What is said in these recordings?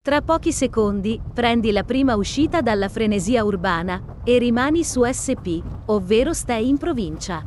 Tra pochi secondi, prendi la prima uscita dalla frenesia urbana e rimani su SP, ovvero stai in provincia.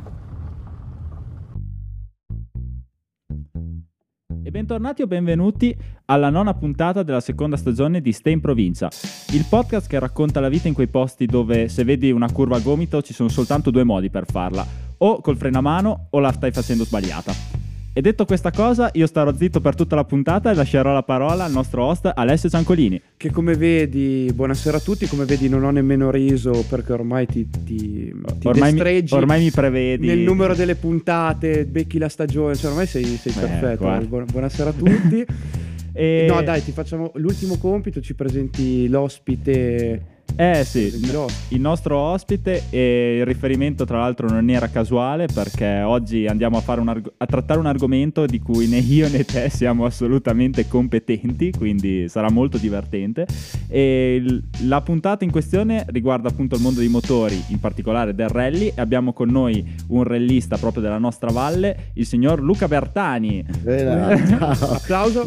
E bentornati o benvenuti alla nona puntata della seconda stagione di Stay in Provincia, il podcast che racconta la vita in quei posti dove se vedi una curva a gomito ci sono soltanto due modi per farla, o col freno a mano o la stai facendo sbagliata. E detto questa cosa, io starò zitto per tutta la puntata e lascerò la parola al nostro host Alessio Ciancolini. Che come vedi, buonasera a tutti, come vedi non ho nemmeno riso perché ormai ti destreggi. Ormai mi prevedi. Nel numero delle puntate, becchi la stagione, cioè ormai sei perfetto. Buonasera a tutti. No dai, ti facciamo l'ultimo compito, ci presenti l'ospite. Sì, il nostro ospite, e il riferimento tra l'altro non era casuale perché oggi andiamo a trattare un argomento di cui né io né te siamo assolutamente competenti, quindi sarà molto divertente. E la puntata in questione riguarda appunto il mondo dei motori, in particolare del rally, e abbiamo con noi un rallista proprio della nostra valle, il signor Luca Bertani. Ciao. Applauso.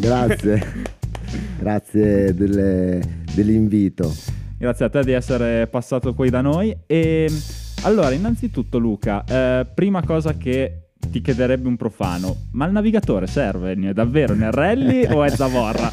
Grazie dell'invito. Grazie a te di essere passato qui da noi. E allora, innanzitutto Luca, prima cosa che ti chiederebbe un profano, ma il navigatore serve davvero nel rally o è zavorra?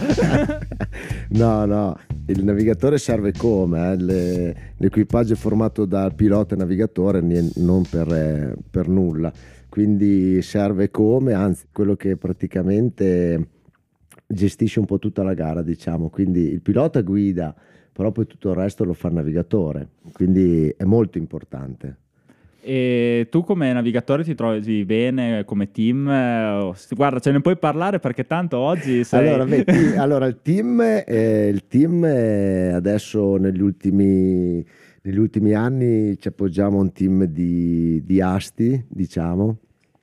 No, il navigatore serve come? L'equipaggio è formato dal pilota e navigatore, non per nulla, quindi serve come, anzi quello che praticamente gestisce un po' tutta la gara, diciamo, quindi il pilota guida, però poi tutto il resto lo fa il navigatore, quindi è molto importante. E tu come navigatore ti trovi bene come team? Guarda, ce ne puoi parlare perché tanto oggi sei... Allora il team adesso negli ultimi anni ci appoggiamo a un team di Asti, diciamo,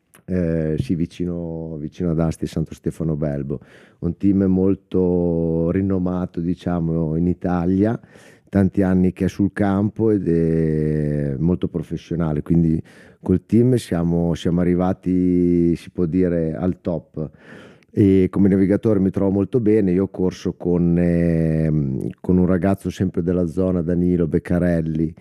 vicino ad Asti, Santo Stefano Belbo, un team molto rinomato, diciamo, in Italia, tanti anni che è sul campo ed è molto professionale, quindi col team siamo arrivati, si può dire, al top. E come navigatore mi trovo molto bene. Io ho corso con un ragazzo sempre della zona, Danilo Beccarelli,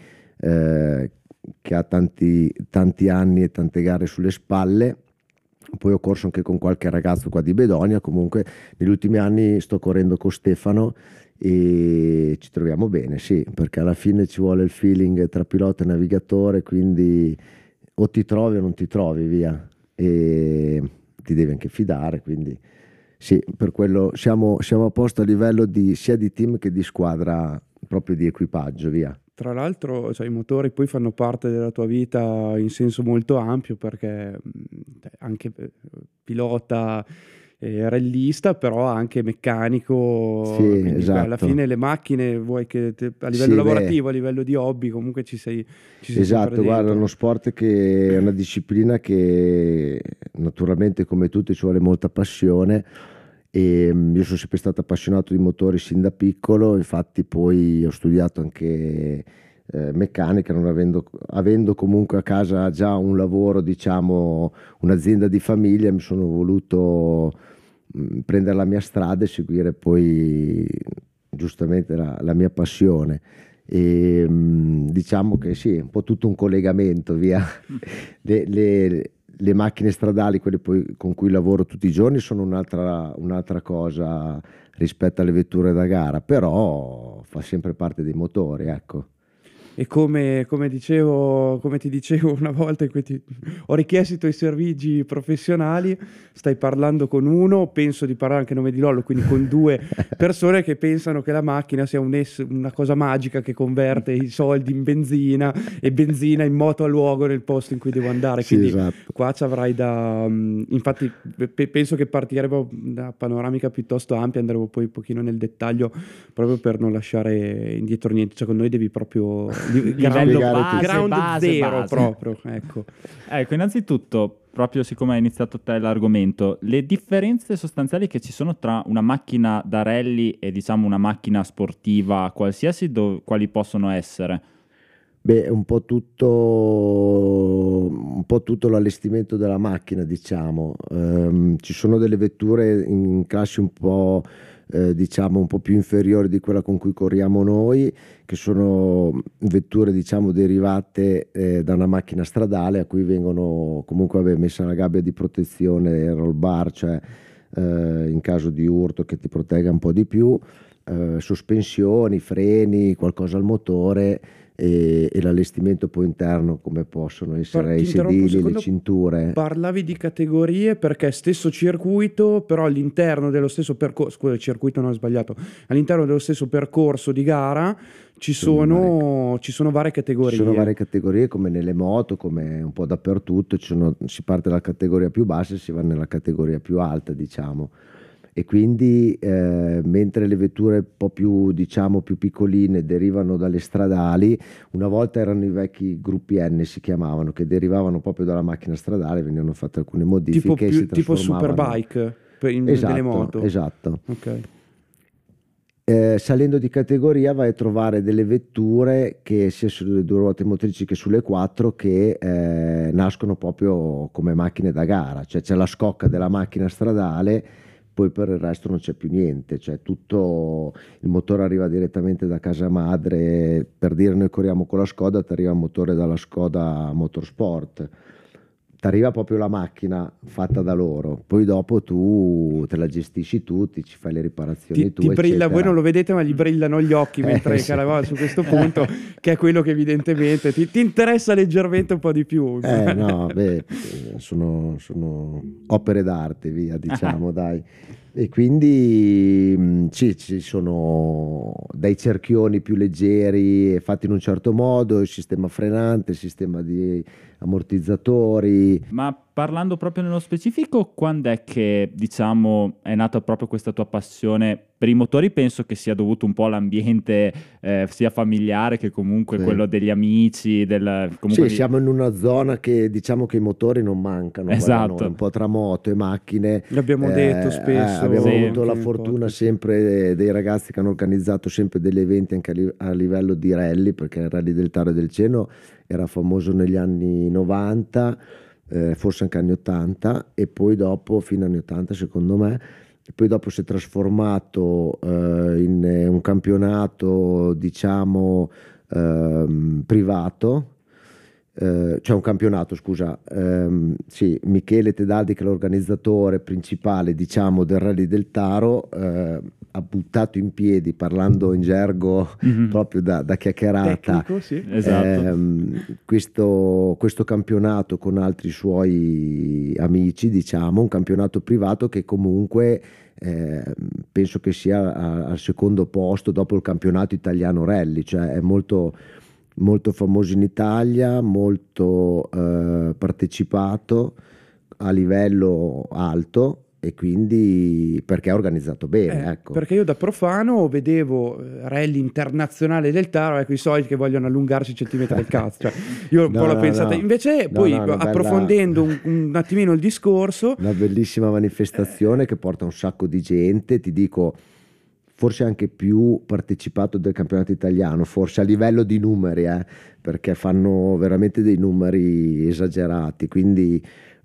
che ha tanti anni e tante gare sulle spalle. Poi ho corso anche con qualche ragazzo qua di Bedonia. Comunque negli ultimi anni sto correndo con Stefano e ci troviamo bene, sì, perché alla fine ci vuole il feeling tra pilota e navigatore, quindi o ti trovi o non ti trovi, via, e ti devi anche fidare, quindi sì, per quello siamo a posto a livello sia di team che di squadra, proprio di equipaggio, via. Tra l'altro, cioè, i motori poi fanno parte della tua vita in senso molto ampio, perché anche pilota, rallista, però anche meccanico. Sì, esatto. Alla fine le macchine, vuoi che a livello lavorativo, a livello di hobby, comunque ci sei esatto, guarda, è uno sport che è una disciplina che naturalmente, come tutti, ci vuole molta passione. E io sono sempre stato appassionato di motori sin da piccolo, infatti poi ho studiato anche meccanica, non avendo comunque a casa già un lavoro, diciamo un'azienda di famiglia, mi sono voluto prendere la mia strada e seguire poi giustamente la mia passione. E diciamo che sì, è un po' tutto un collegamento, via. Le macchine stradali, quelle poi con cui lavoro tutti i giorni, sono un'altra cosa rispetto alle vetture da gara, però fa sempre parte dei motori, ecco. E come ti dicevo una volta in cui ho richiesto i tuoi servigi professionali, stai parlando con uno, penso di parlare anche a nome di Lollo, quindi con due persone che pensano che la macchina sia una cosa magica che converte i soldi in benzina e benzina in moto a luogo nel posto in cui devo andare. Quindi sì, esatto. Qua ci avrai infatti penso che partiremo da panoramica piuttosto ampia, andremo poi un pochino nel dettaglio proprio per non lasciare indietro niente, cioè con noi devi proprio livello base, zero proprio, ecco, innanzitutto, proprio siccome hai iniziato te l'argomento, le differenze sostanziali che ci sono tra una macchina da rally e diciamo una macchina sportiva qualsiasi, quali possono essere? Beh, un po' tutto l'allestimento della macchina, diciamo. Ci sono delle vetture in classi un po' diciamo un po' più inferiore di quella con cui corriamo noi, che sono vetture diciamo derivate da una macchina stradale a cui vengono comunque messa la gabbia di protezione, roll bar, cioè in caso di urto che ti protegga un po' di più, sospensioni, freni, qualcosa al motore e l'allestimento poi interno come possono essere i sedili, le cinture. Parlavi di categorie perché stesso circuito, però all'interno dello stesso percorso, scusa, il circuito non ho sbagliato, all'interno dello stesso percorso di gara ci sono varie categorie. Ci sono varie categorie come nelle moto, come un po' dappertutto, si parte dalla categoria più bassa e si va nella categoria più alta, diciamo. E quindi mentre le vetture un po' più diciamo più piccoline derivano dalle stradali, una volta erano i vecchi gruppi N si chiamavano, che derivavano proprio dalla macchina stradale, venivano fatte alcune modifiche tipo Superbike delle moto. Esatto. Okay. Salendo di categoria vai a trovare delle vetture che sia sulle due ruote motrici che sulle quattro che nascono proprio come macchine da gara, cioè c'è la scocca della macchina stradale, poi per il resto non c'è più niente, cioè tutto il motore arriva direttamente da casa madre. Per dire, noi corriamo con la Skoda, ti arriva il motore dalla Skoda Motorsport, ti arriva proprio la macchina fatta da loro, poi dopo tu te la gestisci tu, ci fai le riparazioni tu, ti brilla, eccetera. voi non lo vedete ma gli brillano gli occhi mentre sì. Caravaggia su questo punto che è quello che evidentemente ti interessa leggermente un po' di più. No, beh, sono opere d'arte, via, diciamo, dai. E quindi sì, ci sono dei cerchioni più leggeri fatti in un certo modo, il sistema frenante, il sistema di ammortizzatori. Ma parlando proprio nello specifico, quando è che, diciamo, è nata proprio questa tua passione per i motori? Penso che sia dovuto un po' all'ambiente sia familiare che comunque Sì. quello degli amici, comunque Sì, siamo in una zona che diciamo che i motori non mancano, qua da Esatto. noi, un po' tra moto e macchine. L'abbiamo detto spesso. Abbiamo Sì. avuto la anche in fortuna podcast. sempre dei ragazzi che hanno organizzato sempre degli eventi anche a livello di rally, perché il rally del Taro e del Ceno era famoso negli anni 90, forse anche anni 80, e poi dopo fino agli anni 80 secondo me, e poi dopo si è trasformato in un campionato diciamo privato. Cioè un campionato, scusa, sì, Michele Tedaldi, che è l'organizzatore principale diciamo del Rally del Taro, ha buttato in piedi, parlando in gergo proprio da chiacchierata, Tecnico, sì. Esatto. questo campionato con altri suoi amici, diciamo, un campionato privato che comunque penso che sia al secondo posto dopo il campionato italiano rally, cioè è molto famoso in Italia, molto partecipato a livello alto, e quindi perché è organizzato bene, ecco. Perché io da profano vedevo rally internazionale del Taro, ecco, i soliti che vogliono allungarsi centimetri del cazzo, cioè, io un po' l'ho pensata, invece poi approfondendo un attimino il discorso, una bellissima manifestazione che porta un sacco di gente, ti dico forse anche più partecipato del campionato italiano, forse a livello di numeri, perché fanno veramente dei numeri esagerati, quindi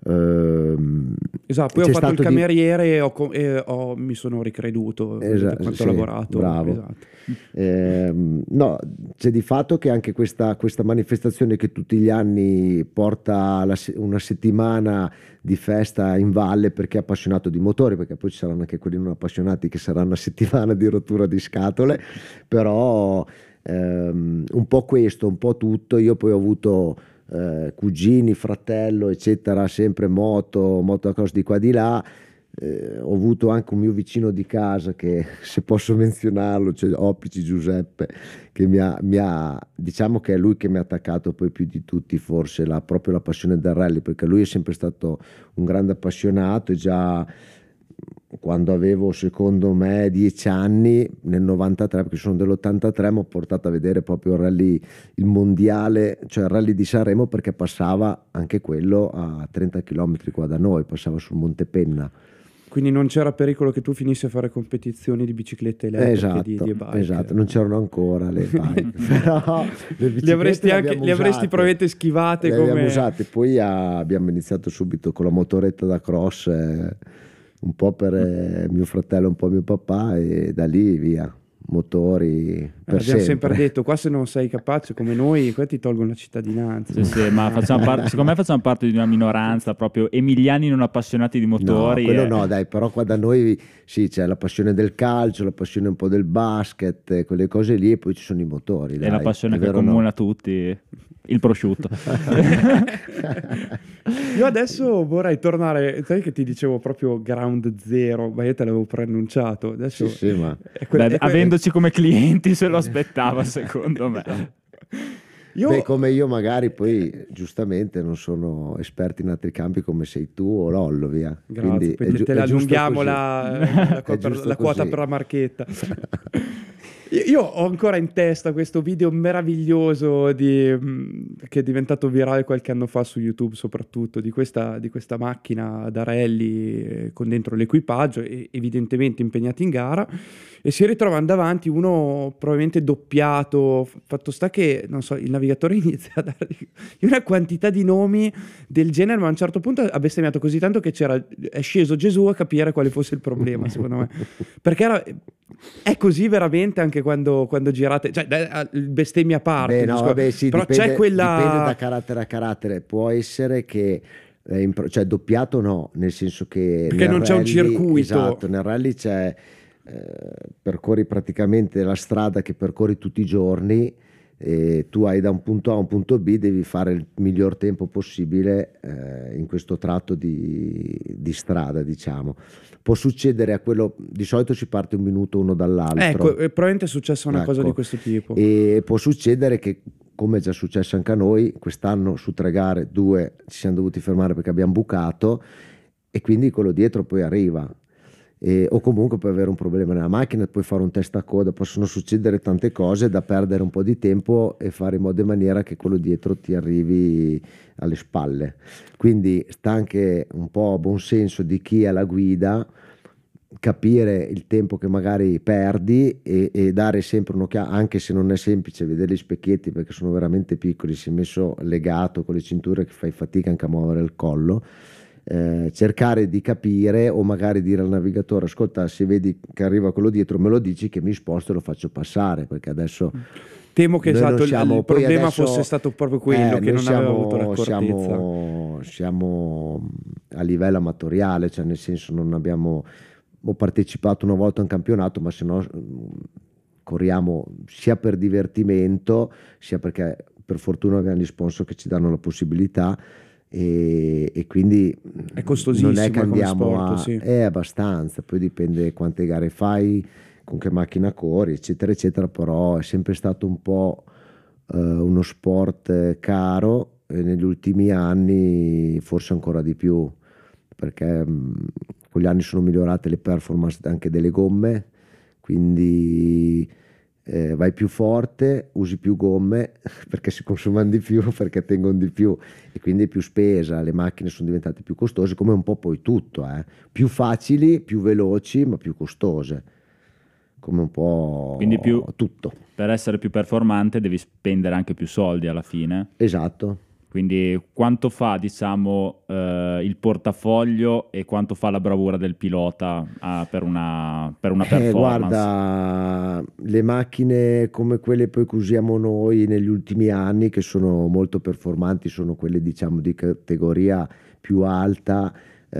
esatto, poi ho fatto il cameriere e mi sono ricreduto da quanto ho lavorato. Bravo. Esatto. No, c'è di fatto che anche questa manifestazione che tutti gli anni porta una settimana di festa in valle per chi è appassionato di motori, perché poi ci saranno anche quelli non appassionati che sarà una settimana di rottura di scatole, però un po' questo, un po' tutto. Io poi ho avuto cugini, fratello eccetera, sempre motocross di qua di là. Ho avuto anche un mio vicino di casa che, se posso menzionarlo, cioè Opici Giuseppe, che mi ha diciamo che è lui che mi ha attaccato poi più di tutti forse proprio la passione del rally, perché lui è sempre stato un grande appassionato, e già quando avevo secondo me 10 anni nel 93, perché sono dell'83, mi ha portato a vedere proprio il rally, il mondiale, cioè il rally di Sanremo, perché passava anche quello a 30 km qua da noi, passava sul Monte Penna. Quindi non c'era pericolo che tu finissi a fare competizioni di biciclette elettriche, Esatto, di e-bike. esatto, non c'erano ancora le bike, però li avresti probabilmente schivate, le come abbiamo usate. Poi abbiamo iniziato subito con la motoretta da cross, un po' per mio fratello, un po' mio papà, e da lì via, motori per Abbiamo sempre sempre. detto, qua se non sei capace come noi, qua ti tolgono la cittadinanza. Sì, sì, ma secondo me facciamo parte di una minoranza proprio emiliani non appassionati di No, motori. quello no, dai, però qua da noi sì, c'è la passione del calcio, la passione un po' del basket, quelle cose lì, e poi ci sono i motori, E dai, la passione è che vero o no? accomuna tutti, il prosciutto. Io adesso vorrei tornare, sai che ti dicevo proprio ground zero, ma io te l'avevo preannunciato. Adesso Sì, sì, ma Beh, avendoci come clienti se lo aspettava, secondo me. io, beh, come io magari poi giustamente non sono esperto in altri campi come sei tu o Lollo, via. grazie, Quindi poi te è la giusto allunghiamo così. la È giusto quota così. per la marchetta. Io ho ancora in testa questo video meraviglioso che è diventato virale qualche anno fa su YouTube, soprattutto di questa macchina da rally con dentro l'equipaggio, evidentemente impegnati in gara, e si ritrovano davanti uno probabilmente doppiato. Fatto sta che, non so, il navigatore inizia a dare una quantità di nomi del genere, ma a un certo punto ha bestemmiato così tanto che è sceso Gesù a capire quale fosse il problema, secondo me. Perché è così veramente anche quando girate, cioè bestemmia a parte, Beh, no, vabbè, sì, però dipende, c'è quella... dipende da carattere a carattere. Può essere che, cioè doppiato no, nel senso che Perché nel non c'è un rally, circuito. esatto, nel rally c'è, percorri praticamente la strada che percorri tutti i giorni, e tu hai da un punto A a un punto B, devi fare il miglior tempo possibile in questo tratto di strada, diciamo. Può succedere a quello, di solito si parte un minuto uno dall'altro. Ecco, probabilmente è successa una cosa Ecco. di questo tipo. E può succedere che, come è già successo anche a noi, quest'anno su 3 gare, 2 ci siamo dovuti fermare perché abbiamo bucato, e quindi quello dietro poi arriva. O comunque puoi avere un problema nella macchina, puoi fare un testa a coda, possono succedere tante cose da perdere un po' di tempo e fare in modo e maniera che quello dietro ti arrivi alle spalle. Quindi sta anche un po' a buon senso di chi è alla guida capire il tempo che magari perdi e dare sempre un'occhiata, anche se non è semplice vedere gli specchietti perché sono veramente piccoli, si è messo legato con le cinture che fai fatica anche a muovere il collo. Cercare di capire, o magari dire al navigatore: ascolta, se vedi che arriva quello dietro me lo dici che mi sposto e lo faccio passare, perché adesso Temo che noi non esatto, siamo, il poi problema adesso, fosse stato proprio quello, che noi non aveva avuto l'accortezza. siamo a livello amatoriale, cioè nel senso non abbiamo, ho partecipato una volta a un campionato, ma se no corriamo sia per divertimento, sia perché per fortuna abbiamo gli sponsor che ci danno la possibilità. E quindi È costosissimo non è che come andiamo sport, sì. è abbastanza, poi dipende quante gare fai, con che macchina corri, eccetera eccetera, però è sempre stato un po' uno sport caro, e negli ultimi anni forse ancora di più, perché con gli anni sono migliorate le performance anche delle gomme, quindi vai più forte, usi più gomme perché si consumano di più, perché tengono di più, e quindi è più spesa, le macchine sono diventate più costose, come un po' poi tutto, più facili, più veloci, ma più costose, come un po' Quindi tutto. Per essere più performante devi spendere anche più soldi alla fine. Esatto. Quindi quanto fa, diciamo, il portafoglio e quanto fa la bravura del pilota per una performance? Guarda, le macchine come quelle poi che usiamo noi negli ultimi anni, che sono molto performanti, sono quelle diciamo di categoria più alta,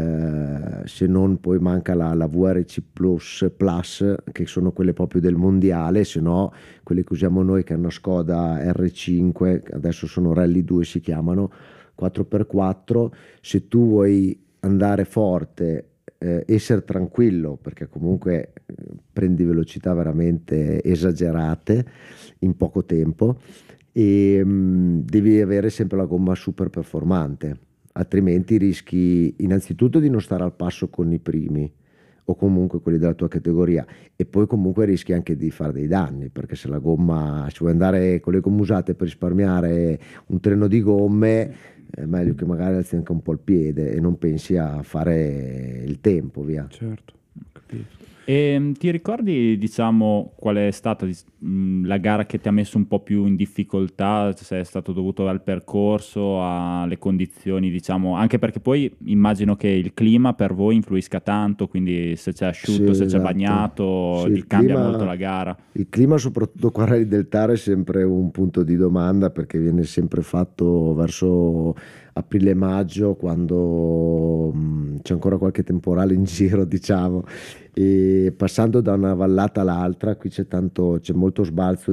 se non poi manca la VRC Plus, che sono quelle proprio del mondiale, se no quelle che usiamo noi, che è una Skoda R5, adesso sono Rally 2 si chiamano, 4x4, se tu vuoi andare forte, essere tranquillo, perché comunque prendi velocità veramente esagerate in poco tempo, e devi avere sempre la gomma super performante, altrimenti rischi innanzitutto di non stare al passo con i primi o comunque quelli della tua categoria, e poi comunque rischi anche di fare dei danni, perché se la gomma, se vuoi andare con le gomme usate per risparmiare un treno di gomme, è meglio che magari alzi anche un po' il piede e non pensi a fare il tempo, via. Certo, ho capito. E ti ricordi, diciamo, qual è stata la gara che ti ha messo un po' più in difficoltà, se è stato dovuto al percorso, alle condizioni, diciamo, anche perché poi immagino che il clima per voi influisca tanto, quindi se c'è asciutto, Sì, se c'è esatto. bagnato, Sì, cambia molto la gara. il clima, soprattutto qua a Rally del Taro, è sempre un punto di domanda perché viene sempre fatto verso aprile-maggio, quando c'è ancora qualche temporale in giro, diciamo, e passando da una vallata all'altra, qui c'è molto sbalzo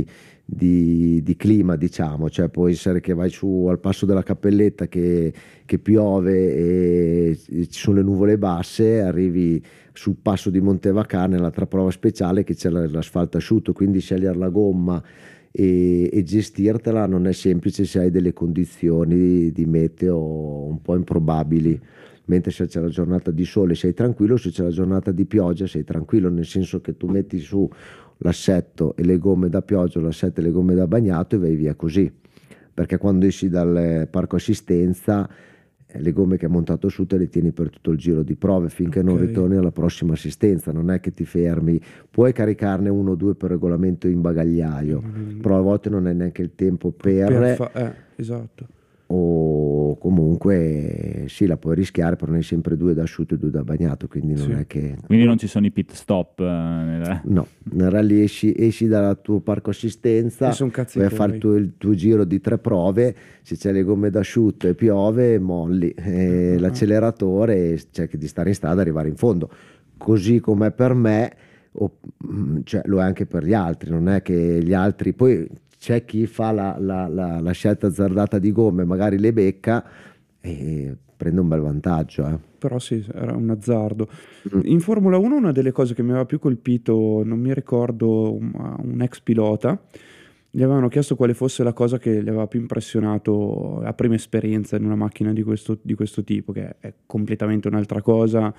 di clima, diciamo, cioè può essere che vai su al passo della Cappelletta che piove e ci sono le nuvole basse, arrivi sul passo di Montevacà nell'altra prova speciale che c'è l'asfalto asciutto, quindi scegliere la gomma e gestirtela non è semplice se hai delle condizioni di meteo un po' improbabili. Mentre se c'è la giornata di sole sei tranquillo, se c'è la giornata di pioggia sei tranquillo, nel senso che tu metti su l'assetto e le gomme da pioggia, l'assetto e le gomme da bagnato e vai via così, perché quando esci dal parco assistenza le gomme che hai montato su te le tieni per tutto il giro di prove finché non Ok. ritorni alla prossima assistenza, non è che ti fermi, puoi caricarne uno o due per regolamento in bagagliaio, però a volte non hai neanche il tempo Esatto. o comunque sì, la puoi rischiare, però ne hai sempre due da asciutto e due da bagnato, quindi non Sì. è che... Quindi non ci sono i pit stop. No, nel rally esci dal tuo parco assistenza, E son cazzi vai a fare tuoi. il tuo giro di 3 prove, se c'è le gomme d'asciutto e piove, molli l'acceleratore, c'è che di stare in strada e arrivare in fondo. Così come per me, cioè, lo è anche per gli altri, non è che gli altri... Poi c'è chi fa la scelta azzardata di gomme, magari le becca e prende un bel vantaggio. Però sì, era un azzardo. In Formula 1 una delle cose che mi aveva più colpito, non mi ricordo, un ex pilota, gli avevano chiesto quale fosse la cosa che gli aveva più impressionato a prima esperienza in una macchina di questo tipo, che è completamente un'altra cosa,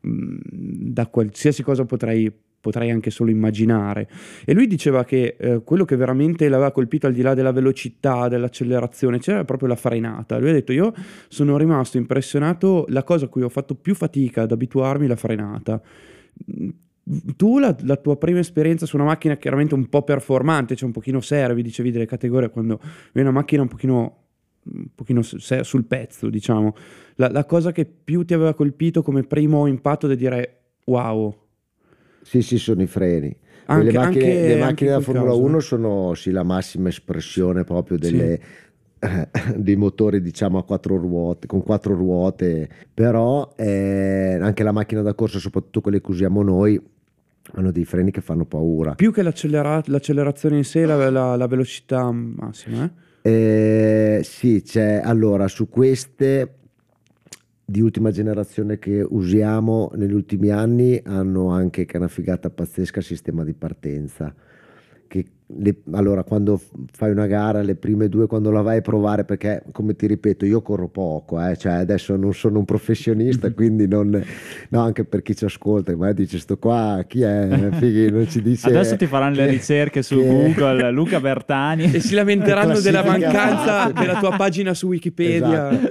da qualsiasi cosa potrei anche solo immaginare. E lui diceva che quello che veramente l'aveva colpito al di là della velocità, dell'accelerazione, c'era proprio la frenata. Lui ha detto: io sono rimasto impressionato, la cosa a cui ho fatto più fatica ad abituarmi è la frenata. Tu la tua prima esperienza su una macchina chiaramente un po' performante, cioè un pochino servi, dicevi delle categorie, quando è una macchina un pochino sul pezzo, diciamo, la cosa che più ti aveva colpito come primo impatto da dire wow. Sì, sono i freni. Anche- Le macchine anche in della quel Formula caso, 1 sono sì, la massima espressione proprio Sì. dei motori, diciamo, a 4 ruote, con 4 ruote, però anche la macchina da corsa, soprattutto quelle che usiamo noi, hanno dei freni che fanno paura. Più che l'accelerazione in sé, la velocità massima, Sì, c'è allora su queste di ultima generazione che usiamo negli ultimi anni hanno anche, che è una figata pazzesca, il sistema di partenza. Allora, quando fai una gara, le prime due, quando la vai a provare, perché come ti ripeto, io corro poco, cioè adesso non sono un professionista, quindi non, no, anche per chi ci ascolta, ma dice sto qua, chi è? Fighi, non ci dice, Adesso ti faranno le ricerche su Google, Luca Bertani. E si lamenteranno della Classifica mancanza fatte. della tua pagina su Wikipedia. Esatto.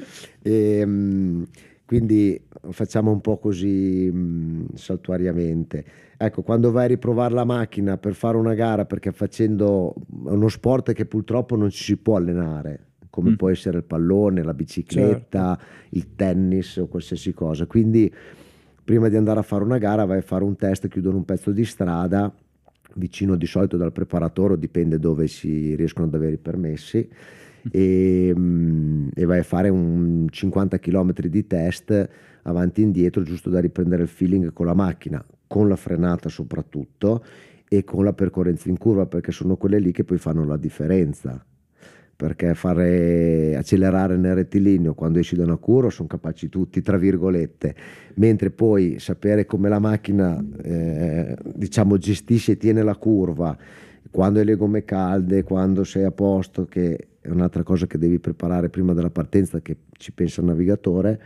Quindi facciamo un po' così saltuariamente. Ecco, quando vai a riprovare la macchina per fare una gara, perché facendo uno sport che purtroppo non ci si può allenare, come può essere il pallone, la bicicletta, il tennis o qualsiasi cosa. Quindi prima di andare a fare una gara vai a fare un test, chiudono un pezzo di strada vicino di solito dal preparatore, o dipende dove si riescono ad avere i permessi, e vai a fare un 50 km di test avanti e indietro, giusto da riprendere il feeling con la macchina, con la frenata soprattutto, e con la percorrenza in curva, perché sono quelle lì che poi fanno la differenza. Perché accelerare nel rettilineo quando esci da una curva sono capaci tutti, tra virgolette, mentre poi sapere come la macchina diciamo gestisce e tiene la curva, quando hai le gomme calde, quando sei a posto, che è un'altra cosa che devi preparare prima della partenza, che ci pensa il navigatore.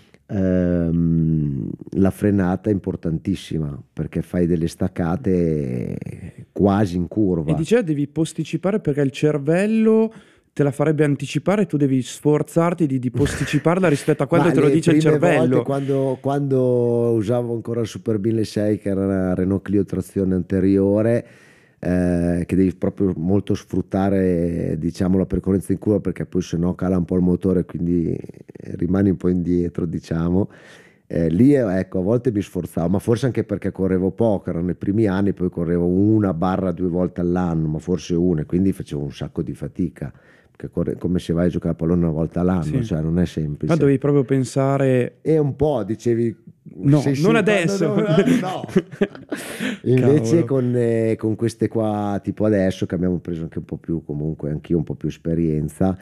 La frenata è importantissima, perché fai delle staccate quasi in curva. E diceva devi posticipare perché il cervello te la farebbe anticipare, tu devi sforzarti di posticiparla rispetto a quando Ma te lo le dice il prime cervello. volte, quando usavo ancora il Super 1006, che era una Renault Clio trazione anteriore, che devi proprio molto sfruttare, diciamo, la percorrenza in curva, perché poi se no cala un po' il motore, quindi rimani un po' indietro, diciamo. Lì ecco, a volte mi sforzavo, ma forse anche perché correvo poco, erano i primi anni, poi correvo 1-2 volte all'anno, ma forse una, e quindi facevo un sacco di fatica, perché come se vai a giocare a pallone una volta all'anno, Sì. cioè non è Ma semplice. dovevi proprio pensare, E un po' dicevi no, sì, sì, non quando adesso. no. Invece Cavolo. con queste qua, tipo adesso, che abbiamo preso anche un po' più, comunque anch'io un po' più esperienza,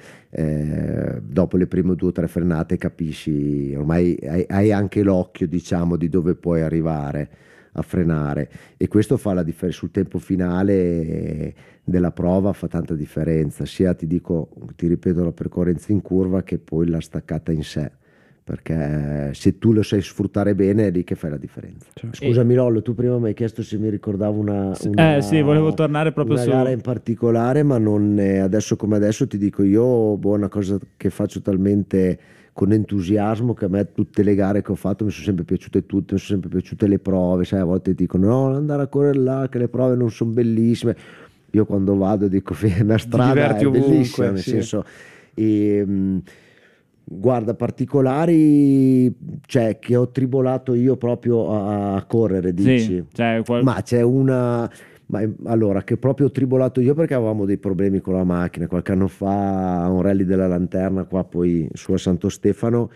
dopo le prime 2 o 3 frenate capisci, ormai hai anche l'occhio, diciamo, di dove puoi arrivare a frenare, e questo fa la differenza sul tempo finale della prova, fa tanta differenza, sia ti ripeto, la percorrenza in curva che poi la staccata in sé, perché se tu lo sai sfruttare bene è lì che fai la differenza. Cioè, Scusami Lollo, tu prima mi hai chiesto se mi ricordavo Sì, volevo tornare proprio una su... gara in particolare, ma non adesso come adesso ti dico io, una cosa che faccio talmente con entusiasmo, che a me tutte le gare che ho fatto mi sono sempre piaciute tutte, mi sono sempre piaciute le prove, sai, a volte dicono no, non andare a correre là, che le prove non sono bellissime. Io quando vado dico la strada diverti è ovunque, bellissima, nel sì. senso, e, guarda, particolari, cioè che ho tribolato io proprio a correre, dici? Sì, cioè, Ma c'è una, allora, che proprio ho tribolato io perché avevamo dei problemi con la macchina qualche anno fa, a un rally della Lanterna qua poi su a Santo Stefano.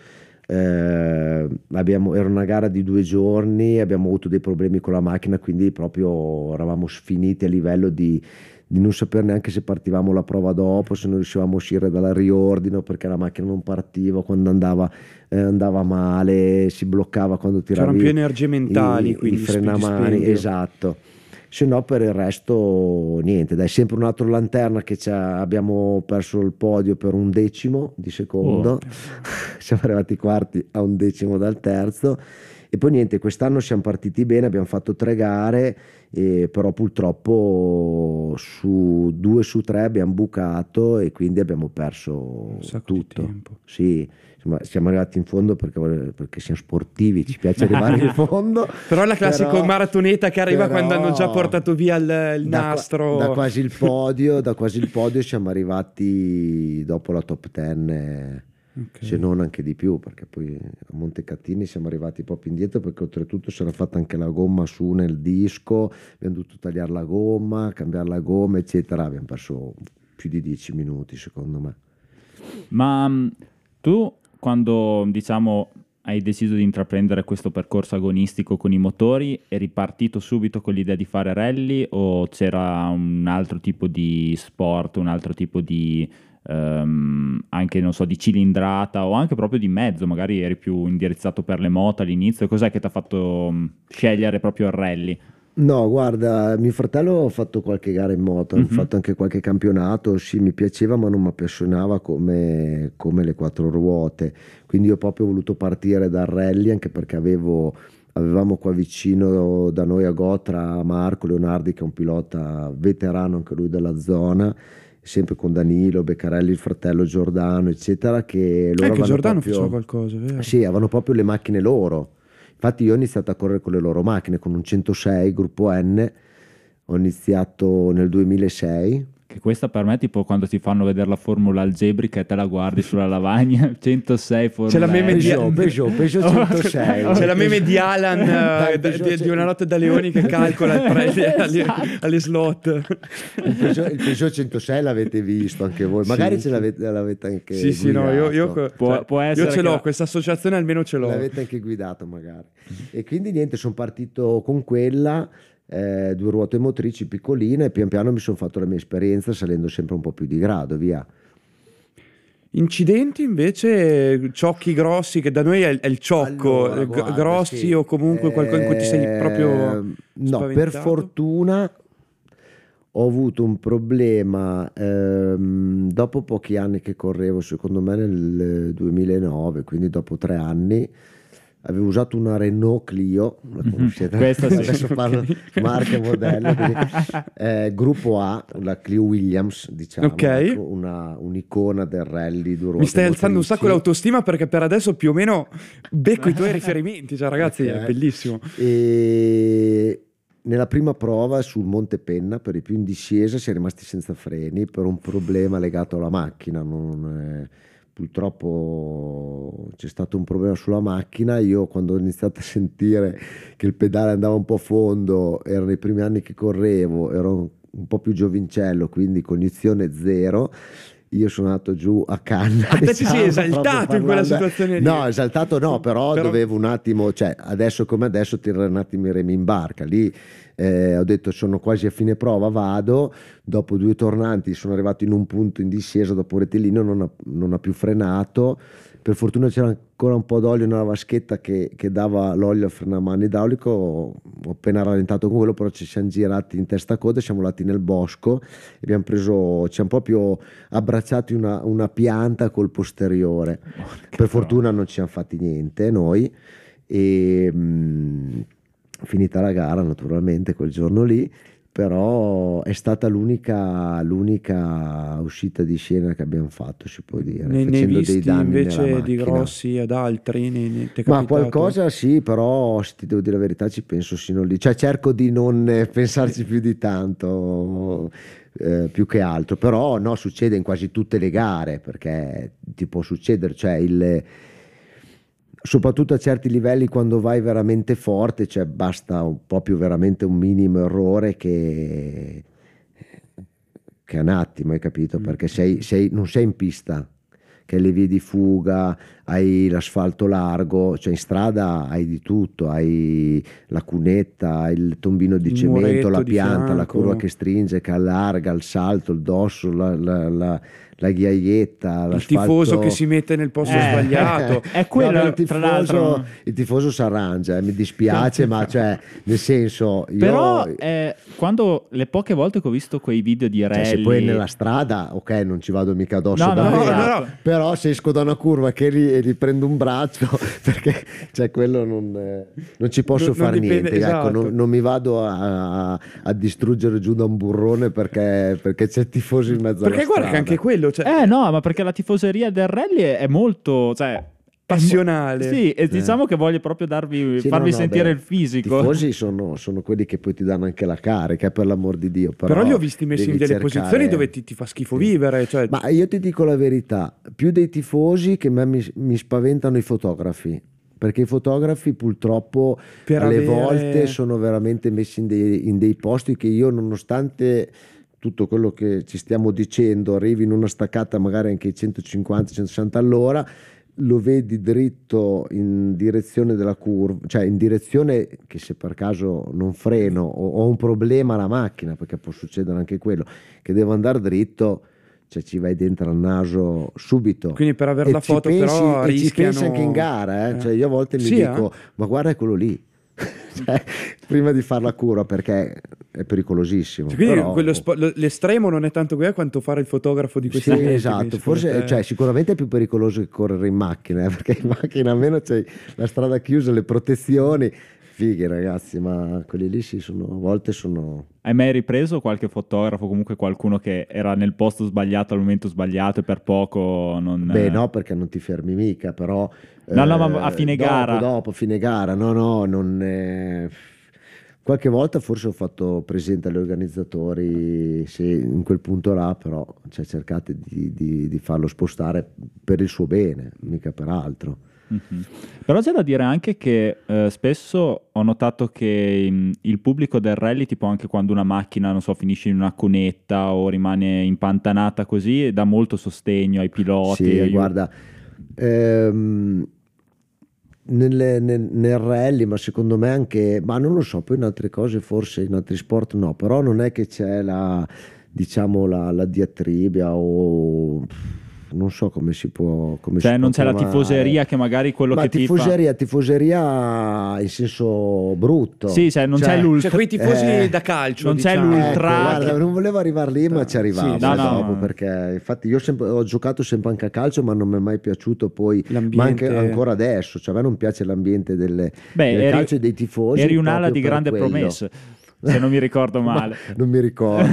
Era una gara di 2 giorni, abbiamo avuto dei problemi con la macchina, quindi proprio eravamo sfiniti a livello di non sapere neanche se partivamo la prova dopo, se non riuscivamo a uscire dal riordino, perché la macchina non partiva, quando andava male, si bloccava quando C'erano tiravi più energie mentali, i quindi frenamani, dispendio. esatto. Se no, per il resto niente, dai, sempre un altro Lanterna che abbiamo perso il podio per 1/10 di secondo, siamo arrivati quarti a 1/10 dal terzo. E poi niente, quest'anno siamo partiti bene, abbiamo fatto 3 gare, però purtroppo su 2 su 3 abbiamo bucato e quindi abbiamo perso Un sacco di tutto. tempo. Sì, insomma, siamo arrivati in fondo perché siamo sportivi, ci piace arrivare in fondo. Però è la classico Però- maratoneta che arriva però quando hanno già portato via il da nastro. da quasi il podio siamo arrivati dopo la top 10, Ok. se non anche di più, perché poi a Montecatini siamo arrivati proprio indietro, perché oltretutto si era fatta anche la gomma su nel disco, abbiamo dovuto tagliare la gomma, cambiare la gomma, eccetera. Abbiamo perso più di 10 minuti secondo me. Ma tu, quando diciamo hai deciso di intraprendere questo percorso agonistico con i motori, eri partito subito con l'idea di fare rally o c'era un altro tipo di sport, un altro tipo di anche non so, di cilindrata o anche proprio di mezzo, magari eri più indirizzato per le moto all'inizio? Cos'è che ti ha fatto scegliere proprio il rally? No, guarda, mio fratello ha fatto qualche gara in moto, ha fatto anche qualche campionato, sì, mi piaceva ma non mi appassionava come le 4 ruote, quindi ho proprio voluto partire dal rally, anche perché avevamo qua vicino da noi a Gotra Marco Leonardi, che è un pilota veterano anche lui della zona, sempre con Danilo Beccarelli, il fratello Giordano, eccetera, che loro Anche avevano Giordano proprio, faceva qualcosa, vero? sì, avevano proprio le macchine loro. Infatti io ho iniziato a correre con le loro macchine, con un 106 gruppo N, ho iniziato nel 2006. Che questa per me è tipo quando ti fanno vedere la formula algebrica e te la guardi sulla lavagna, 106 formula. C'è la meme di Peugeot 106. C'è la meme di Alan Dai, Peugeot di Una notte da leoni che calcola il prezzo alle slot. Il Peugeot 106 l'avete visto anche voi, magari ce l'avete anche Sì, sì, no, io Può essere io ce l'ho, che- questa associazione almeno ce l'ho. l'avete anche guidato magari. E quindi niente, sono partito con quella, 2 ruote motrici piccoline, e pian piano mi sono fatto la mia esperienza salendo sempre un po' più di grado, via. Incidenti invece, ciocchi grossi, che da noi è il ciocco, Allora, guarda, grossi sì. o comunque qualcosa in cui ti sei proprio No, per spaventato? fortuna ho avuto un problema dopo pochi anni che correvo, secondo me nel 2009, quindi dopo 3 anni, avevo usato una Renault Clio, la conoscete? Questa sì. Adesso parlo marca e modello, quindi, gruppo A, la Clio Williams, diciamo, Ok. ecco, un'icona del rally due ruote Mi stai alzando un sacco motrici. l'autostima, perché per adesso più o meno becco i tuoi riferimenti, cioè ragazzi, Ok. è bellissimo. E nella prima prova sul Monte Penna, per i più in discesa, si è rimasti senza freni per un problema legato alla macchina. Purtroppo c'è stato un problema sulla macchina. Io, quando ho iniziato a sentire che il pedale andava un po' a fondo, erano i primi anni che correvo, ero un po' più giovincello, quindi cognizione zero. Io sono andato giù a canna. Ah, te ci sei diciamo, esaltato proprio in quella parlando. situazione lì. No, esaltato no, però dovevo un attimo, cioè adesso come adesso tirare un attimo i remi in barca. Lì ho detto sono quasi a fine prova, vado. Dopo 2 tornanti sono arrivato in un punto in discesa, dopo rettilineo non ha più frenato. Per fortuna c'era ancora un po' d'olio nella vaschetta che dava l'olio al frenamano idraulico. Ho appena rallentato con quello, però ci siamo girati in testa a coda, siamo andati nel bosco e abbiamo preso, ci siamo proprio abbracciati una pianta col posteriore. Per fortuna non ci siamo fatti niente noi, e finita la gara naturalmente quel giorno lì, però è stata l'unica uscita di scena che abbiamo fatto, si può dire, Ne hai facendo visti dei danni nella invece di macchina. grossi ad altri? Ti è Ma capitato? qualcosa sì, però se ti devo dire la verità ci penso sino lì, cioè cerco di non pensarci più di tanto, più che altro, però no, succede in quasi tutte le gare, perché ti può succedere, cioè soprattutto a certi livelli, quando vai veramente forte, cioè basta proprio veramente un minimo errore che è un attimo, hai capito? Perché non sei in pista, che hai le vie di fuga, hai l'asfalto largo, cioè in strada hai di tutto, hai la cunetta, hai il tombino di Il cemento, muretto la di pianta, la fianco. curva che stringe, che allarga, il salto, il dosso, la ghiaietta, Il tifoso che l'asfalto. si mette nel posto sbagliato. È quello, No, ma tra l'altro. il tifoso si arrangia, mi dispiace, ma cioè, nel senso, io, Però quando le poche volte che ho visto quei video di cioè, rally, se poi nella strada, ok, non ci vado mica addosso No, da no, via, no, no. però se esco da una curva che gli prendo un braccio, perché cioè, quello non ci posso Non fare dipende, niente, ecco, esatto. non mi vado a distruggere giù da un burrone perché c'è tifoso in mezzo alla Perché guarda che strada. anche quello, cioè, no, ma perché la tifoseria del rally è molto, cioè, passionale. sì, e diciamo che voglio proprio farvi Sì, no, sentire beh, il fisico. I tifosi sono quelli che poi ti danno anche la carica, per l'amor di Dio. Però li ho visti messi in devi delle cercare- posizioni dove ti fa schifo vivere, cioè, Ma io ti dico la verità, più dei tifosi che mi spaventano i fotografi. Perché i fotografi purtroppo Per alle avere- volte sono veramente messi in dei posti che io, nonostante tutto quello che ci stiamo dicendo, arrivi in una staccata magari anche ai 150-160 all'ora, lo vedi dritto in direzione della curva, cioè in direzione che, se per caso non freno o ho un problema alla macchina, perché può succedere anche quello, che devo andare dritto, cioè ci vai dentro al naso subito. quindi per avere E la ci foto pensi- però e ci rischiano... pensi anche in gara, Eh. Cioè io a volte mi Sì, dico, ma guarda è quello lì. Cioè, prima di fare la curva, perché è pericolosissimo. Cioè, quindi però- l'estremo non è tanto quello quanto fare il fotografo di questi sì, eventi, esatto, quindi secondo forse te- cioè, sicuramente è più pericoloso che correre in macchina, perché in macchina almeno c'è la strada chiusa, le protezioni, fighi ragazzi, ma quelli lì sì, a volte sono... Hai mai ripreso qualche fotografo, comunque qualcuno che era nel posto sbagliato al momento sbagliato e per poco non... Beh no, perché non ti fermi mica, però... No, ma a fine gara. Dopo, fine gara, no, non... Qualche volta forse ho fatto presente agli organizzatori, sì, in quel punto là, però cioè, cercate di farlo spostare per il suo bene, mica per altro. Mhm. Però c'è da dire anche che spesso ho notato che il pubblico del rally, tipo anche quando una macchina, non so, finisce in una cunetta o rimane impantanata così, dà molto sostegno ai piloti. Sì, guarda, nel rally, ma secondo me anche, ma non lo so, poi in altre cose forse, in altri sport no, però non è che c'è diciamo la diatribia o non so come si può Cioè non c'è la chiamare. tifoseria che magari quello Ma che tifoseria in senso brutto. Sì, cioè non c'è l'ultra. Cioè quei tifosi da calcio, non c'è diciamo. l'ultra. Guarda, non volevo arrivare lì, ma ci arrivavo Sì, dopo, no. perché infatti io ho giocato sempre anche a calcio, ma non mi è mai piaciuto poi, L'ambiente. ma anche ancora adesso, cioè a me non piace l'ambiente del calcio e dei tifosi. Eri un'ala proprio di per grande quello. promesse, se non mi ricordo male. Non mi ricordo.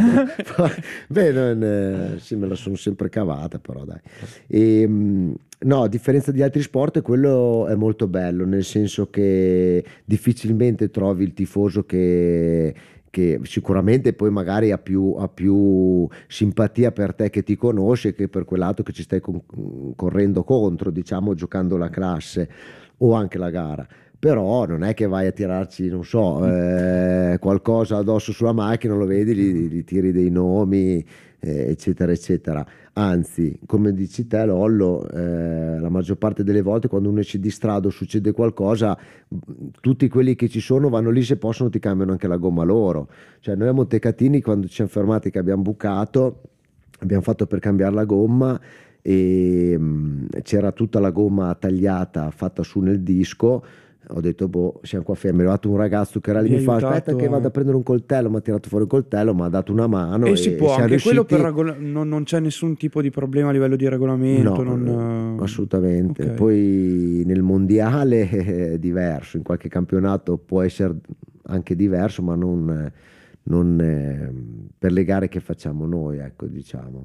Beh, sì, me la sono sempre cavata, però dai. No, a differenza di altri sport, quello è molto bello, nel senso che difficilmente trovi il tifoso che sicuramente poi magari ha più simpatia per te che ti conosce che per quell'altro che ci stai correndo contro, diciamo, giocando la classe o anche la gara. Però non è che vai a tirarci, non so, qualcosa addosso sulla macchina, lo vedi, gli tiri dei nomi, eccetera, eccetera. Anzi, come dici te, Lollo, la maggior parte delle volte quando uno esce di strada o succede qualcosa, tutti quelli che ci sono vanno lì, se possono ti cambiano anche la gomma loro. Cioè noi a Montecatini, quando ci siamo fermati che abbiamo bucato, abbiamo fatto per cambiare la gomma e c'era tutta la gomma tagliata, fatta su nel disco. Ho detto, siamo qua fermi. È arrivato un ragazzo che era lì, mi fa, aspetta che vado a prendere un coltello, mi ha tirato fuori il coltello, mi ha dato una mano e si può, siamo anche quello riusciti... non c'è nessun tipo di problema a livello di regolamento. No, assolutamente. Ok. Poi nel mondiale è diverso, in qualche campionato può essere anche diverso, ma non per le gare che facciamo noi, ecco, diciamo.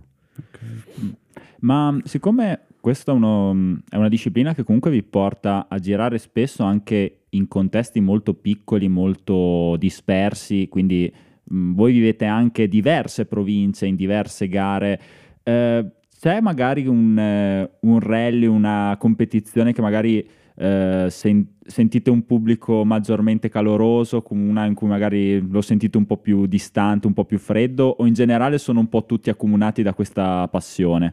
Ma siccome questa è una disciplina che comunque vi porta a girare spesso anche in contesti molto piccoli, molto dispersi, quindi voi vivete anche diverse province in diverse gare, c'è magari un rally, una competizione che magari sentite un pubblico maggiormente caloroso, con una in cui magari lo sentite un po' più distante, un po' più freddo, o in generale sono un po' tutti accomunati da questa passione?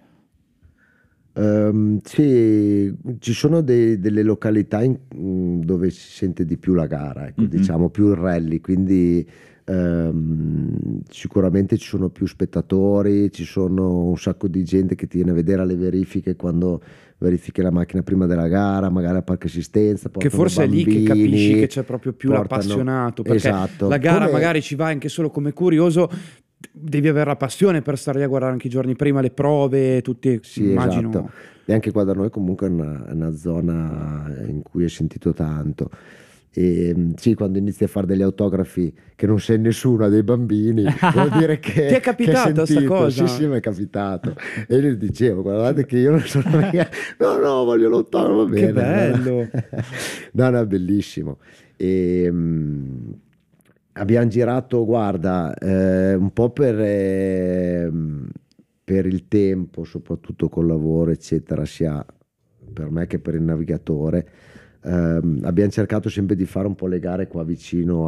Sì, ci sono delle località dove si sente di più la gara, ecco, diciamo più il rally, quindi sicuramente ci sono più spettatori, ci sono un sacco di gente che ti viene a vedere alle verifiche quando verifichi la macchina prima della gara, magari a parco assistenza, Che forse è lì che capisci che c'è proprio più l'appassionato, perché esatto. la gara magari ci vai anche solo come curioso, devi avere la passione per stare lì a guardare anche i giorni prima le prove, tutti, sì, immagino. Esatto. E anche qua da noi comunque è una zona in cui è sentito tanto. E sì, quando inizi a fare degli autografi che non sei nessuno, a dei bambini, vuol dire che ti è capitato sta cosa? Sì, mi è capitato. E io gli dicevo, guardate che io non sono mica... no, voglio l'autografo, va bene. Che bello. No, è bellissimo. E abbiamo girato, guarda, un po' per il tempo, soprattutto col lavoro, eccetera, sia per me che per il navigatore. Abbiamo cercato sempre di fare un po' le gare qua vicino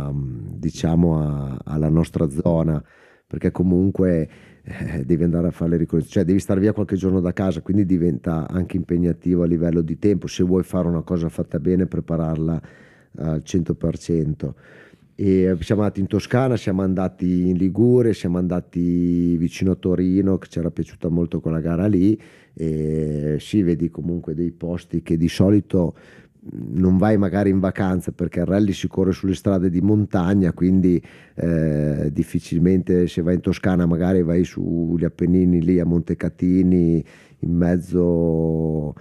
alla nostra zona, perché comunque devi andare a fare le ricorrenze, cioè devi stare via qualche giorno da casa, quindi diventa anche impegnativo a livello di tempo se vuoi fare una cosa fatta bene, prepararla al 100%. E siamo andati in Toscana, siamo andati in Liguria, siamo andati vicino a Torino, che ci era piaciuta molto quella gara lì, e sì, vedi comunque dei posti che di solito non vai magari in vacanza, perché il rally si corre sulle strade di montagna, quindi difficilmente se vai in Toscana magari vai sugli Appennini lì a Montecatini, in mezzo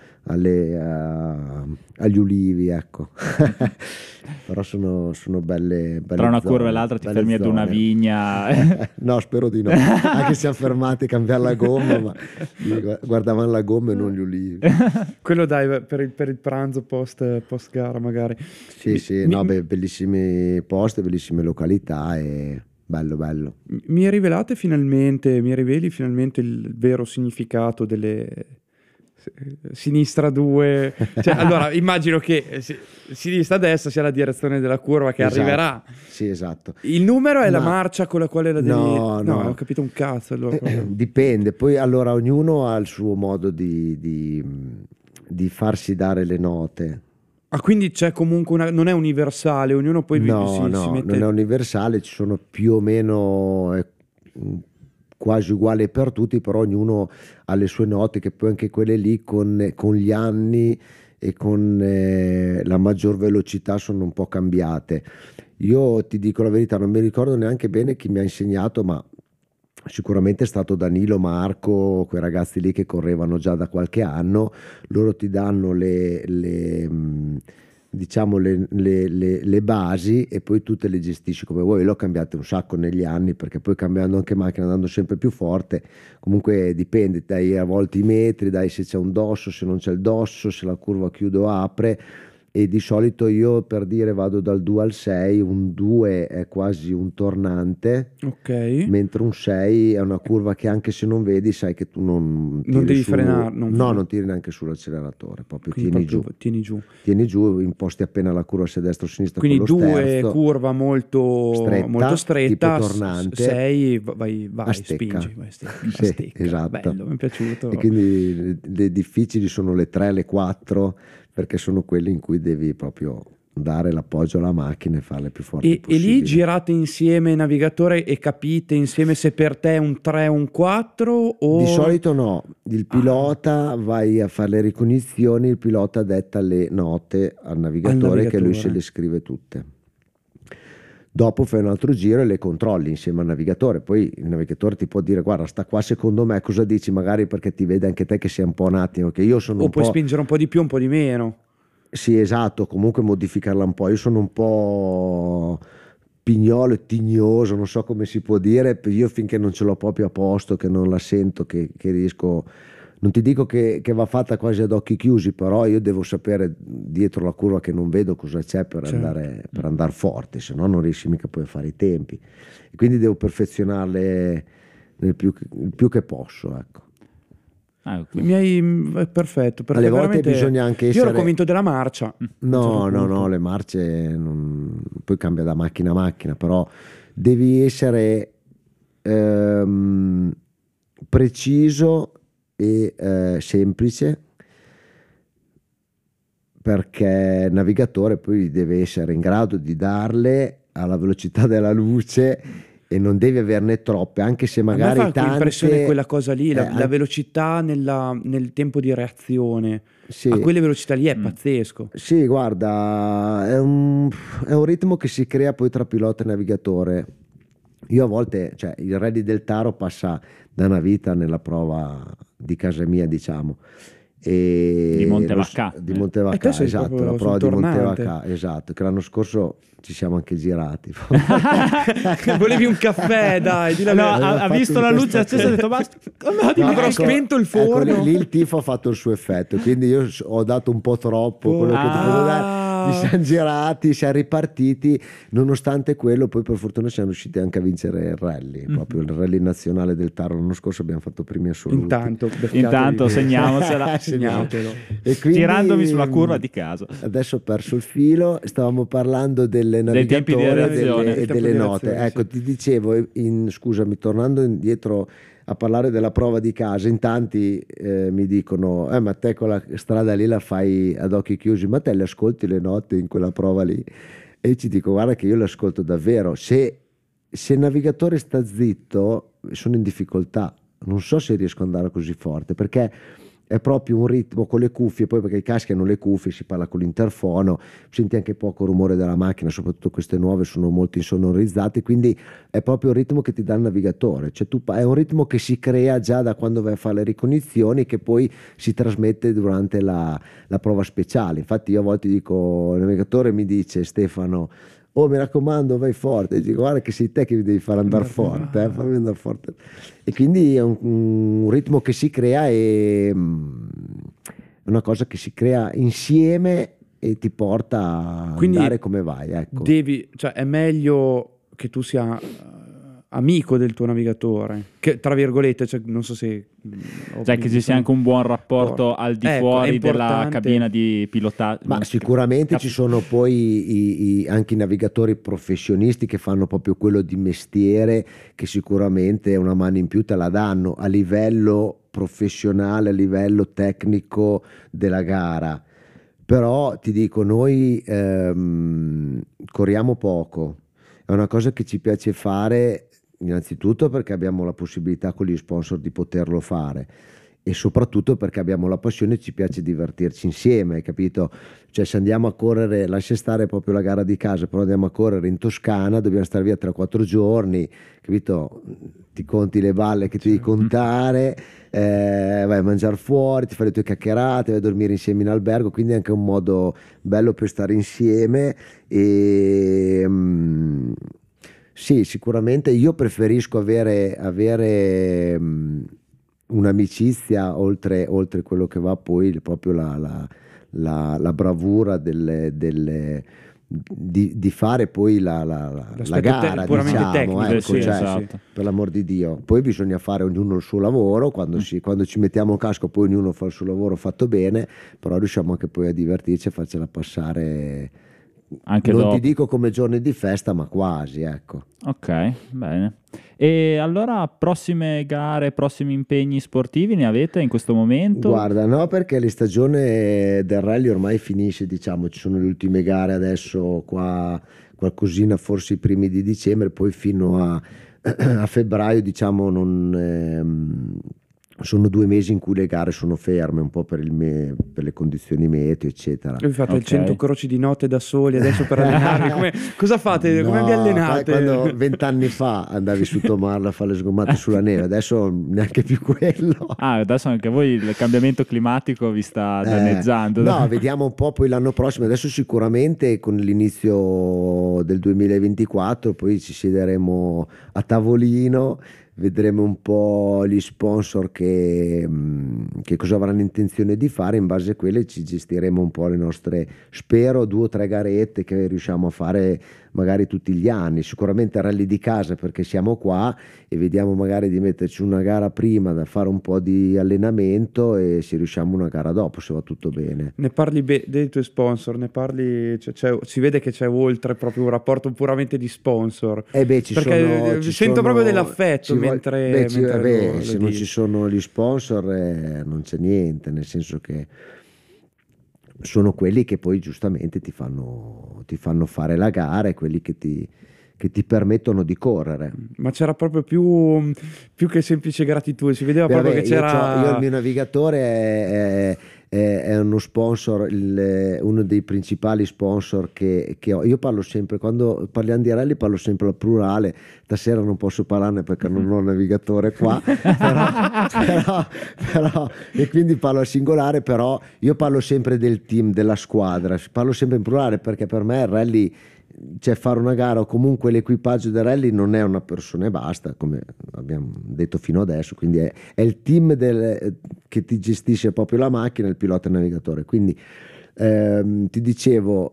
agli ulivi, ecco. Però sono belle tra una zone, curva e l'altra ti fermi ad una zone. vigna. No, spero di no, anche siamo fermati a cambiare la gomma, ma guardavano la gomma e non gli ulivi. Quello dai, per il pranzo post gara magari. Sì, no, bellissimi posti, bellissime località e bello. Mi riveli finalmente il vero significato delle sinistra 2, cioè, allora immagino che sinistra destra sia la direzione della curva che Esatto. arriverà. Sì, esatto. Il numero è la marcia con la quale la devi... No. ho capito un cazzo allora. Dipende, poi allora ognuno ha il suo modo di farsi dare le note. Ah, quindi c'è comunque non è universale, ognuno poi si mette... Non è universale, ci sono più o meno quasi uguale per tutti, però ognuno ha le sue note, che poi anche quelle lì con gli anni e con la maggior velocità sono un po' cambiate. Io ti dico la verità, non mi ricordo neanche bene chi mi ha insegnato, ma sicuramente è stato Danilo, Marco, quei ragazzi lì che correvano già da qualche anno. Loro ti danno diciamo le basi e poi tu te le gestisci come vuoi. L'ho cambiate un sacco negli anni, perché poi cambiando anche macchina, andando sempre più forte, comunque dipende, dai a volte i metri, dai se c'è un dosso, se non c'è il dosso, se la curva chiude o apre. E di solito io, per dire, vado dal 2 al 6, un 2 è quasi un tornante, Ok. mentre un 6 è una curva che anche se non vedi sai che tu non tiri devi su, frenare, non tiri neanche sull'acceleratore, proprio quindi tieni proprio tieni giù. imposti appena la curva sia destra o sinistra Quindi con lo 2 sterzo, curva molto stretta, stretta, tipo tornante, 6 vai, a stecca. spingi, vai, Sì, a stecca. esatto. Bello, mi è piaciuto. E quindi le difficili sono le 3, le 4, perché sono quelle in cui devi proprio dare l'appoggio alla macchina e farle più forti E possibile. lì girate insieme navigatore e capite insieme se per te è un 3 o un 4 o... Di solito no, il pilota vai a fare le ricognizioni, il pilota detta le note al navigatore che lui se le scrive tutte. Dopo fai un altro giro e le controlli insieme al navigatore, poi il navigatore ti può dire guarda sta qua secondo me, cosa dici, magari perché ti vede anche te che sei un po' un attimo, che io sono O un puoi po'... spingere un po' di più, un po' di meno. Sì, esatto, comunque modificarla un po'. Io sono un po' pignolo e tignoso, non so come si può dire. Io finché non ce l'ho proprio a posto, che non la sento, che riesco. Non ti dico che va fatta quasi ad occhi chiusi, però io devo sapere dietro la curva che non vedo cosa c'è per andare forte, se no non riesci mica poi a fare i tempi. E quindi devo perfezionarle il più che posso, ecco. Ah, ok. Perfetto, perché Alle volte veramente bisogna anche io ero essere... convinto della marcia. No, le marce poi cambia da macchina a macchina, però devi essere preciso e semplice, perché il navigatore poi deve essere in grado di darle alla velocità della luce e non devi averne troppe, anche se magari a me fa tante... impressione quella cosa lì, la velocità nel tempo di reazione. Sì. A quelle velocità lì è pazzesco. Sì, guarda, è un ritmo che si crea poi tra pilota e navigatore. Io a volte, cioè il Rally del Taro passa da una vita nella prova di casa mia, diciamo. Di Montevacca. Di Montevacca, esatto, la prova di tornante. Montevacca, esatto, che l'anno scorso ci siamo anche girati. Volevi un caffè, dai, di la No, verità. ha visto la luce accesa e ha detto basta. Avrò spento il forno. Ecco, lì il tifo ha fatto il suo effetto, quindi io ho dato un po' troppo quello che dovevo dare. Mi siamo girati, siamo ripartiti, nonostante quello poi per fortuna siamo riusciti anche a vincere il rally, proprio il rally nazionale del Taro. L'anno scorso abbiamo fatto primi assoluti. Intanto segniamocela. Segnatelo. E quindi, Girandomi sulla curva di casa. adesso ho perso il filo, stavamo parlando del tempi di navigatore reazione. e delle note. Ecco, ti dicevo, scusami, tornando indietro a parlare della prova di casa, in tanti mi dicono ma te quella strada lì la fai ad occhi chiusi, ma te le ascolti le note in quella prova lì? E ci dico guarda che io le ascolto davvero, se il navigatore sta zitto sono in difficoltà, non so se riesco ad andare così forte, perché è proprio un ritmo con le cuffie, poi perché i caschi hanno le cuffie, si parla con l'interfono, senti anche poco rumore della macchina, soprattutto queste nuove sono molto insonorizzate, quindi è proprio il ritmo che ti dà il navigatore, cioè è un ritmo che si crea già da quando vai a fare le ricognizioni, che poi si trasmette durante la prova speciale. Infatti io a volte dico, il navigatore mi dice Stefano, oh mi raccomando vai forte, e dico guarda che sei te che mi devi far andare forte, fammi andare forte. E quindi è un ritmo che si crea, e una cosa che si crea insieme e ti porta a andare come vai, ecco. Cioè è meglio che tu sia amico del tuo navigatore, che tra virgolette, cioè, non so se cioè che ci sia anche un buon rapporto al di fuori della cabina di pilotaggio. Ma sicuramente ci sono poi anche i navigatori professionisti che fanno proprio quello di mestiere, che sicuramente una mano in più te la danno a livello professionale, a livello tecnico della gara. Però ti dico, noi corriamo poco, è una cosa che ci piace fare innanzitutto perché abbiamo la possibilità con gli sponsor di poterlo fare, e soprattutto perché abbiamo la passione e ci piace divertirci insieme, hai capito? Cioè, se andiamo a correre, lascia stare proprio la gara di casa, però andiamo a correre in Toscana, dobbiamo stare via 3-4 giorni, capito? Ti conti le balle che ti devi contare, vai a mangiare fuori, ti fai le tue chiacchierate, vai a dormire insieme in albergo, quindi è anche un modo bello per stare insieme. E sì, sicuramente io preferisco avere un'amicizia oltre quello che va poi proprio la bravura di fare poi la gara, puramente diciamo, tecnico, ecco, sì, cioè, esatto. per l'amor di Dio. Poi bisogna fare ognuno il suo lavoro, quando ci mettiamo il casco poi ognuno fa il suo lavoro fatto bene, però riusciamo anche poi a divertirci e farcela passare, Anche non dopo. ti dico come giorni di festa, ma quasi, ecco. Ok, bene. E allora prossime gare, prossimi impegni sportivi ne avete in questo momento? Guarda, no, perché la stagione del rally ormai finisce, diciamo, ci sono le ultime gare adesso qua, qualcosina forse i primi di dicembre, poi fino a febbraio, diciamo, sono 2 mesi in cui le gare sono ferme, un po' per le condizioni meteo, eccetera. E vi fate il Ok. 100 croci di notte da soli adesso per allenarvi? Cosa fate? Come vi No, allenate? quando 20 anni fa andavi su Tomarla a fare le sgommate sulla neve, adesso neanche più quello. Ah, adesso anche voi il cambiamento climatico vi sta danneggiando. No, vediamo un po' poi l'anno prossimo. Adesso sicuramente con l'inizio del 2024 poi ci siederemo a tavolino, vedremo un po' gli sponsor che cosa avranno intenzione di fare, in base a quelle ci gestiremo un po' le nostre, spero 2 o 3 garette che riusciamo a fare magari tutti gli anni, sicuramente rally di casa perché siamo qua, e vediamo magari di metterci una gara prima da fare un po' di allenamento, e se riusciamo una gara dopo, se va tutto bene. Ne parli dei tuoi sponsor, ne parli, si vede che c'è oltre proprio un rapporto puramente di sponsor. Ci Perché sento proprio dell'affetto mentre lo se non dici. ci sono gli sponsor non c'è niente, nel senso che sono quelli che poi giustamente ti fanno fare la gara, e quelli che ti permettono di correre. Ma c'era proprio più che semplice gratitudine, si vedeva proprio che c'era... Io il mio navigatore è uno sponsor, uno dei principali sponsor che ho. Io parlo sempre, quando parliamo di rally parlo sempre al plurale, stasera non posso parlarne perché non ho un navigatore qua, però e quindi parlo al singolare, però io parlo sempre del team, della squadra, parlo sempre in plurale perché per me il rally, cioè fare una gara o comunque l'equipaggio del rally non è una persona e basta, come abbiamo detto fino adesso, quindi è il team che ti gestisce proprio la macchina, il pilota e il navigatore. Quindi ti dicevo,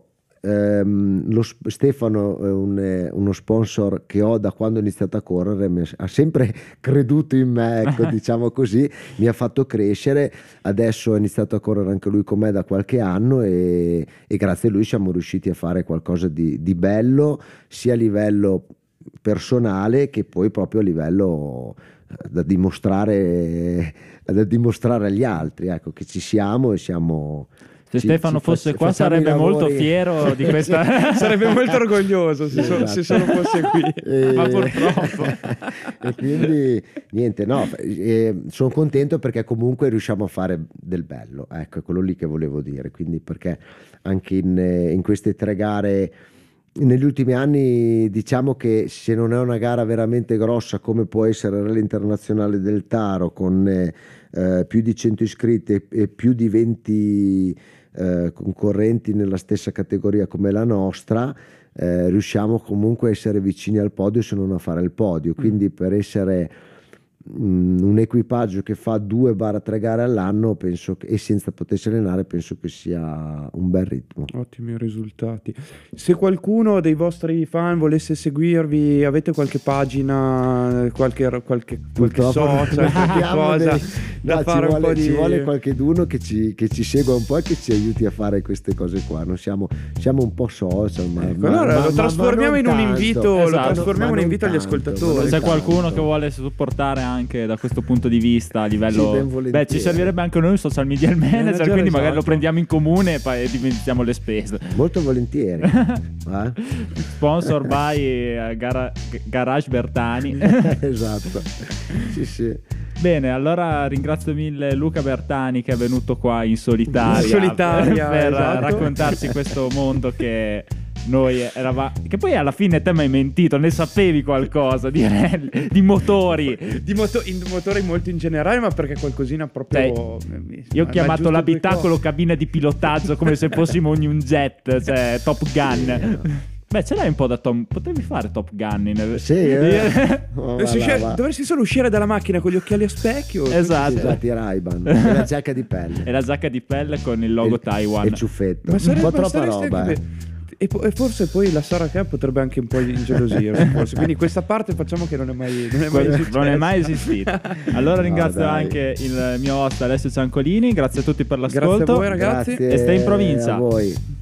Stefano è uno sponsor che ho da quando ho iniziato a correre, ha sempre creduto in me, ecco, diciamo così, mi ha fatto crescere. Adesso ha iniziato a correre anche lui con me da qualche anno, e grazie a lui siamo riusciti a fare qualcosa di bello, sia a livello personale che poi proprio a livello da dimostrare agli altri, ecco, che ci siamo e siamo... Se Stefano fosse qua sarebbe molto fiero di questa... Sarebbe molto orgoglioso se solo fosse qui. Ma purtroppo. E quindi niente, no, sono contento perché comunque riusciamo a fare del bello, ecco, è quello lì che volevo dire. Quindi perché anche in queste 3 gare negli ultimi anni, diciamo che se non è una gara veramente grossa come può essere il Rally Internazionale del Taro, con più di 100 iscritti e più di 20 concorrenti nella stessa categoria come la nostra, riusciamo comunque a essere vicini al podio, se non a fare il podio. Quindi per essere un equipaggio che fa 2-3 gare all'anno, penso e senza potersi allenare, penso che sia un bel ritmo. Ottimi risultati. Se qualcuno dei vostri fan volesse seguirvi, avete qualche pagina, qualche social, qualche cosa da fare un po' di... Ci vuole qualcheduno che ci segua un po' e che ci aiuti a fare queste cose qua. Non siamo un po' social, ma allora lo trasformiamo in un invito, Esatto. lo trasformiamo in un invito agli ascoltatori. Se c'è qualcuno che vuole supportare anche da questo punto di vista a livello... Sì, ben volentieri. Beh, ci servirebbe anche noi un social media manager, Manager, quindi magari lo esatto. prendiamo in comune e diventiamo le spese. Molto volentieri. Sponsor by Garage Bertani. Esatto. Sì, sì. Bene, allora ringrazio mille Luca Bertani che è venuto qua in solitaria, In solitaria, per esatto. raccontarci questo mondo che noi eravamo, che poi alla fine te mi hai mentito, ne sapevi qualcosa di motori. Di motori molto in generale, ma perché qualcosina proprio... Io ho ma chiamato giusto l'abitacolo due cabina di pilotaggio come se fossimo in un jet, cioè Top Gun. Beh, ce l'hai un po' da Tom. Potevi fare Top Gun Sì, oh, va. Dovresti solo uscire dalla macchina con gli occhiali a specchio. Esatto. Esatto, i Ray-Ban e la giacca di pelle E la giacca di pelle con il logo e Taiwan. il ciuffetto. Ma Un po' troppa saresti roba, anche- E forse poi la Sara Khan potrebbe anche un po' ingelosire, forse. Quindi questa parte facciamo che non è mai successo. Non è mai esistita. Allora ringrazio dai. anche il mio host Alessio Ciancolini. Grazie a tutti per l'ascolto. Grazie a voi, ragazzi. Grazie E stai in provincia. a voi.